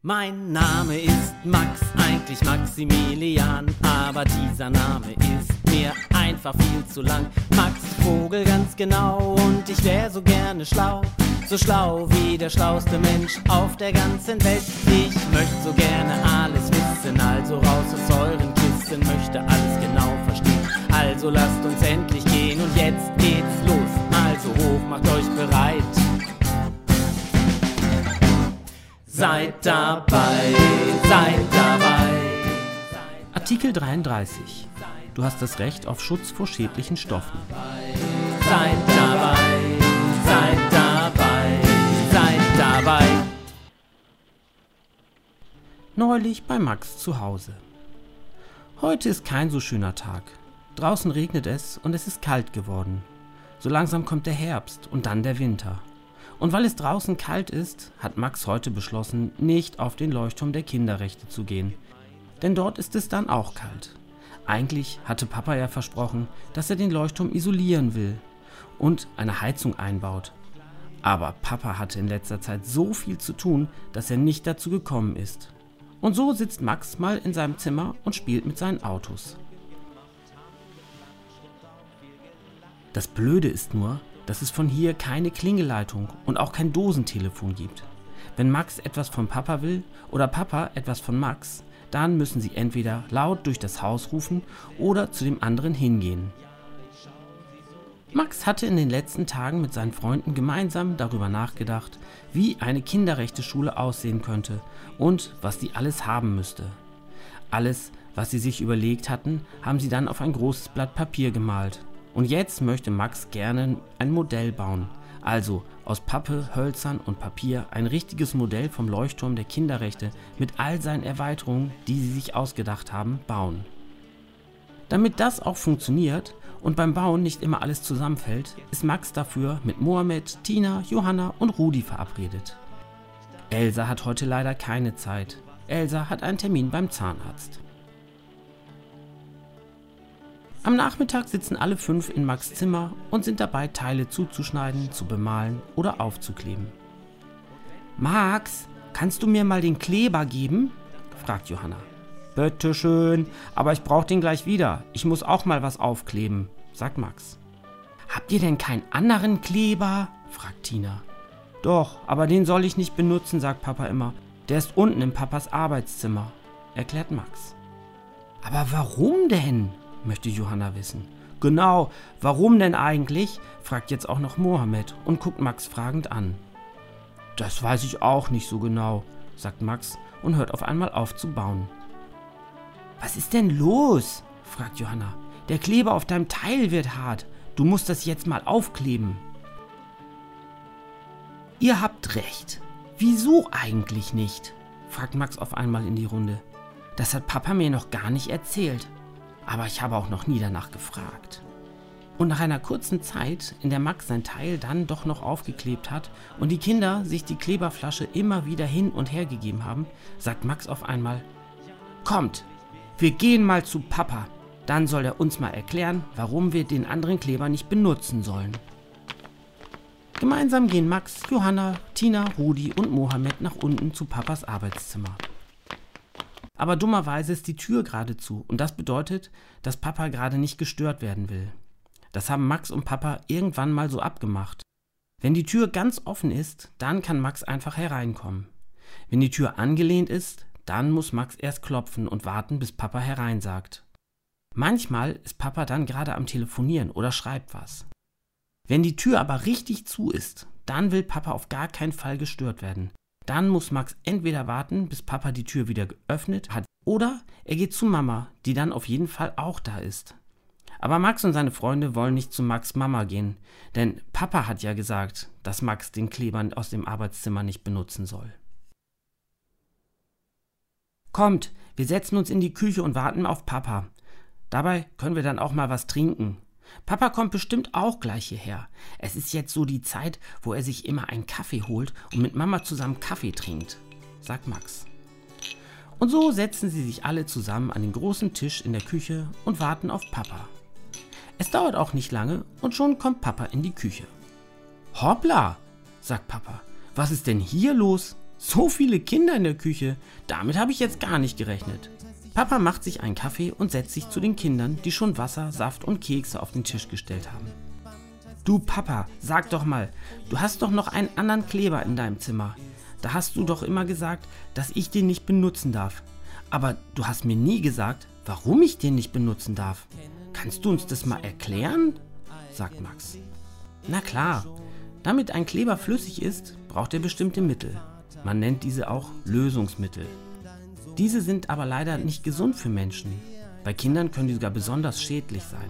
Mein Name ist Max, eigentlich Maximilian, aber dieser Name ist mir einfach viel zu lang. Max Vogel ganz genau und ich wär so gerne schlau, so schlau wie der schlauste Mensch auf der ganzen Welt. Ich möchte so gerne alles wissen, also raus aus euren Kissen, möchte alles genau verstehen. Also lasst uns endlich gehen und jetzt geht's los, also hoch, macht euch bereit. Seid dabei, seid dabei. Artikel 33. Du hast das Recht auf Schutz vor schädlichen Stoffen. Seid dabei, seid dabei, seid dabei. Neulich bei Max zu Hause. Heute ist kein so schöner Tag. Draußen regnet es und es ist kalt geworden. So langsam kommt der Herbst und dann der Winter. Und weil es draußen kalt ist, hat Max heute beschlossen, nicht auf den Leuchtturm der Kinderrechte zu gehen. Denn dort ist es dann auch kalt. Eigentlich hatte Papa ja versprochen, dass er den Leuchtturm isolieren will und eine Heizung einbaut. Aber Papa hatte in letzter Zeit so viel zu tun, dass er nicht dazu gekommen ist. Und so sitzt Max mal in seinem Zimmer und spielt mit seinen Autos. Das Blöde ist nur, dass es von hier keine Klingelleitung und auch kein Dosentelefon gibt. Wenn Max etwas von Papa will oder Papa etwas von Max, dann müssen sie entweder laut durch das Haus rufen oder zu dem anderen hingehen. Max hatte in den letzten Tagen mit seinen Freunden gemeinsam darüber nachgedacht, wie eine Kinderrechteschule aussehen könnte und was sie alles haben müsste. Alles, was sie sich überlegt hatten, haben sie dann auf ein großes Blatt Papier gemalt. Und jetzt möchte Max gerne ein Modell bauen, also aus Pappe, Hölzern und Papier ein richtiges Modell vom Leuchtturm der Kinderrechte mit all seinen Erweiterungen, die sie sich ausgedacht haben, bauen. Damit das auch funktioniert und beim Bauen nicht immer alles zusammenfällt, ist Max dafür mit Mohammed, Tina, Johanna und Rudi verabredet. Elsa hat heute leider keine Zeit. Elsa hat einen Termin beim Zahnarzt. Am Nachmittag sitzen alle 5 in Max' Zimmer und sind dabei, Teile zuzuschneiden, zu bemalen oder aufzukleben. »Max, kannst du mir mal den Kleber geben?« fragt Johanna. »Bitte schön, aber ich brauche den gleich wieder. Ich muss auch mal was aufkleben«, sagt Max. »Habt ihr denn keinen anderen Kleber?« fragt Tina. »Doch, aber den soll ich nicht benutzen«, sagt Papa immer. »Der ist unten in Papas Arbeitszimmer«, erklärt Max. »Aber warum denn?« möchte Johanna wissen. »Genau, warum denn eigentlich?« fragt jetzt auch noch Mohammed und guckt Max fragend an. »Das weiß ich auch nicht so genau«, sagt Max und hört auf einmal auf zu bauen. »Was ist denn los?« fragt Johanna. »Der Kleber auf deinem Teil wird hart. Du musst das jetzt mal aufkleben.« »Ihr habt recht. Wieso eigentlich nicht?« fragt Max auf einmal in die Runde. »Das hat Papa mir noch gar nicht erzählt. Aber ich habe auch noch nie danach gefragt.« Und nach einer kurzen Zeit, in der Max sein Teil dann doch noch aufgeklebt hat und die Kinder sich die Kleberflasche immer wieder hin und her gegeben haben, sagt Max auf einmal: »Kommt, wir gehen mal zu Papa. Dann soll er uns mal erklären, warum wir den anderen Kleber nicht benutzen sollen.« Gemeinsam gehen Max, Johanna, Tina, Rudi und Mohammed nach unten zu Papas Arbeitszimmer. Aber dummerweise ist die Tür gerade zu und das bedeutet, dass Papa gerade nicht gestört werden will. Das haben Max und Papa irgendwann mal so abgemacht. Wenn die Tür ganz offen ist, dann kann Max einfach hereinkommen. Wenn die Tür angelehnt ist, dann muss Max erst klopfen und warten, bis Papa hereinsagt. Manchmal ist Papa dann gerade am Telefonieren oder schreibt was. Wenn die Tür aber richtig zu ist, dann will Papa auf gar keinen Fall gestört werden. Dann muss Max entweder warten, bis Papa die Tür wieder geöffnet hat, oder er geht zu Mama, die dann auf jeden Fall auch da ist. Aber Max und seine Freunde wollen nicht zu Max' Mama gehen, denn Papa hat ja gesagt, dass Max den Kleber aus dem Arbeitszimmer nicht benutzen soll. »Kommt, wir setzen uns in die Küche und warten auf Papa. Dabei können wir dann auch mal was trinken. Papa kommt bestimmt auch gleich hierher. Es ist jetzt so die Zeit, wo er sich immer einen Kaffee holt und mit Mama zusammen Kaffee trinkt«, sagt Max. Und so setzen sie sich alle zusammen an den großen Tisch in der Küche und warten auf Papa. Es dauert auch nicht lange und schon kommt Papa in die Küche. »Hoppla«, sagt Papa, »was ist denn hier los?« So viele Kinder in der Küche, damit habe ich jetzt gar nicht gerechnet. Papa macht sich einen Kaffee und setzt sich zu den Kindern, die schon Wasser, Saft und Kekse auf den Tisch gestellt haben. Du Papa, sag doch mal, du hast doch noch einen anderen Kleber in deinem Zimmer. Da hast du doch immer gesagt, dass ich den nicht benutzen darf. Aber du hast mir nie gesagt, warum ich den nicht benutzen darf. Kannst du uns das mal erklären? Sagt Max. Na klar, damit ein Kleber flüssig ist, braucht er bestimmte Mittel. Man nennt diese auch Lösungsmittel. Diese sind aber leider nicht gesund für Menschen. Bei Kindern können die sogar besonders schädlich sein.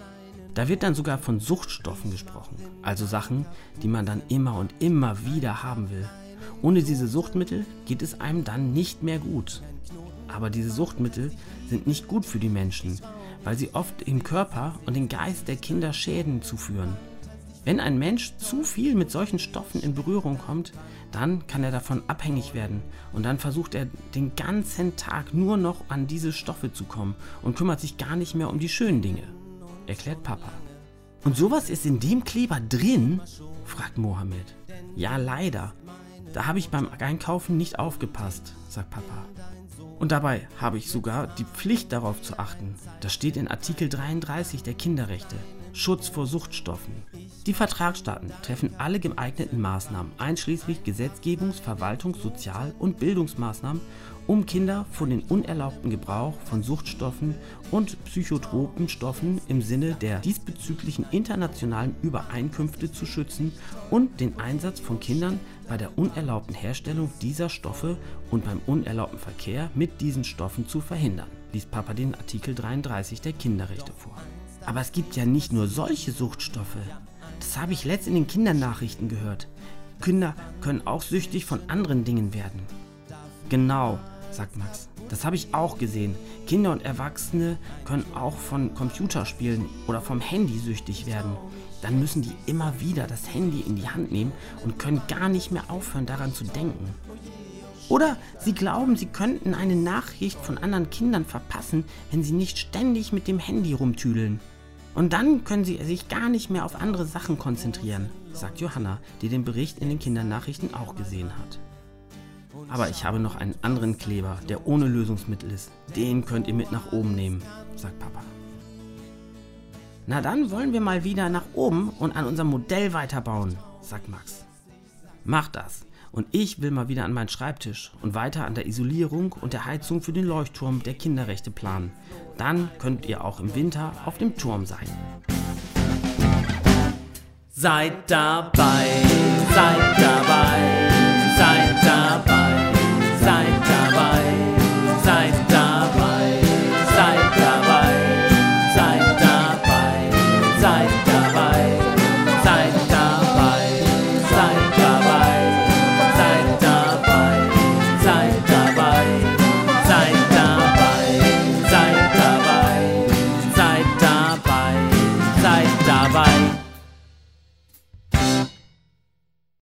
Da wird dann sogar von Suchtstoffen gesprochen, also Sachen, die man dann immer und immer wieder haben will. Ohne diese Suchtmittel geht es einem dann nicht mehr gut. Aber diese Suchtmittel sind nicht gut für die Menschen, weil sie oft im Körper und den Geist der Kinder Schäden zuführen. Wenn ein Mensch zu viel mit solchen Stoffen in Berührung kommt, dann kann er davon abhängig werden und dann versucht er den ganzen Tag nur noch an diese Stoffe zu kommen und kümmert sich gar nicht mehr um die schönen Dinge, erklärt Papa. Und sowas ist in dem Kleber drin? Fragt Mohammed. Ja, leider. Da habe ich beim Einkaufen nicht aufgepasst, sagt Papa. Und dabei habe ich sogar die Pflicht darauf zu achten. Das steht in Artikel 33 der Kinderrechte. Schutz vor Suchtstoffen. Die Vertragsstaaten treffen alle geeigneten Maßnahmen, einschließlich Gesetzgebungs-, Verwaltungs-, Sozial- und Bildungsmaßnahmen, um Kinder vor dem unerlaubten Gebrauch von Suchtstoffen und psychotropen Stoffen im Sinne der diesbezüglichen internationalen Übereinkünfte zu schützen und den Einsatz von Kindern bei der unerlaubten Herstellung dieser Stoffe und beim unerlaubten Verkehr mit diesen Stoffen zu verhindern, liest Papa den Artikel 33 der Kinderrechte vor. Aber es gibt ja nicht nur solche Suchtstoffe. Das habe ich letzt in den Kindernachrichten gehört. Kinder können auch süchtig von anderen Dingen werden. Genau, sagt Max. Das habe ich auch gesehen. Kinder und Erwachsene können auch von Computerspielen oder vom Handy süchtig werden. Dann müssen die immer wieder das Handy in die Hand nehmen und können gar nicht mehr aufhören, daran zu denken. Oder sie glauben, sie könnten eine Nachricht von anderen Kindern verpassen, wenn sie nicht ständig mit dem Handy rumtüdeln. Und dann können sie sich gar nicht mehr auf andere Sachen konzentrieren, sagt Johanna, die den Bericht in den Kindernachrichten auch gesehen hat. Aber ich habe noch einen anderen Kleber, der ohne Lösungsmittel ist. Den könnt ihr mit nach oben nehmen, sagt Papa. Na dann wollen wir mal wieder nach oben und an unserem Modell weiterbauen, sagt Max. Mach das. Und ich will mal wieder an meinen Schreibtisch und weiter an der Isolierung und der Heizung für den Leuchtturm der Kinderrechte planen. Dann könnt ihr auch im Winter auf dem Turm sein. Seid dabei, seid dabei.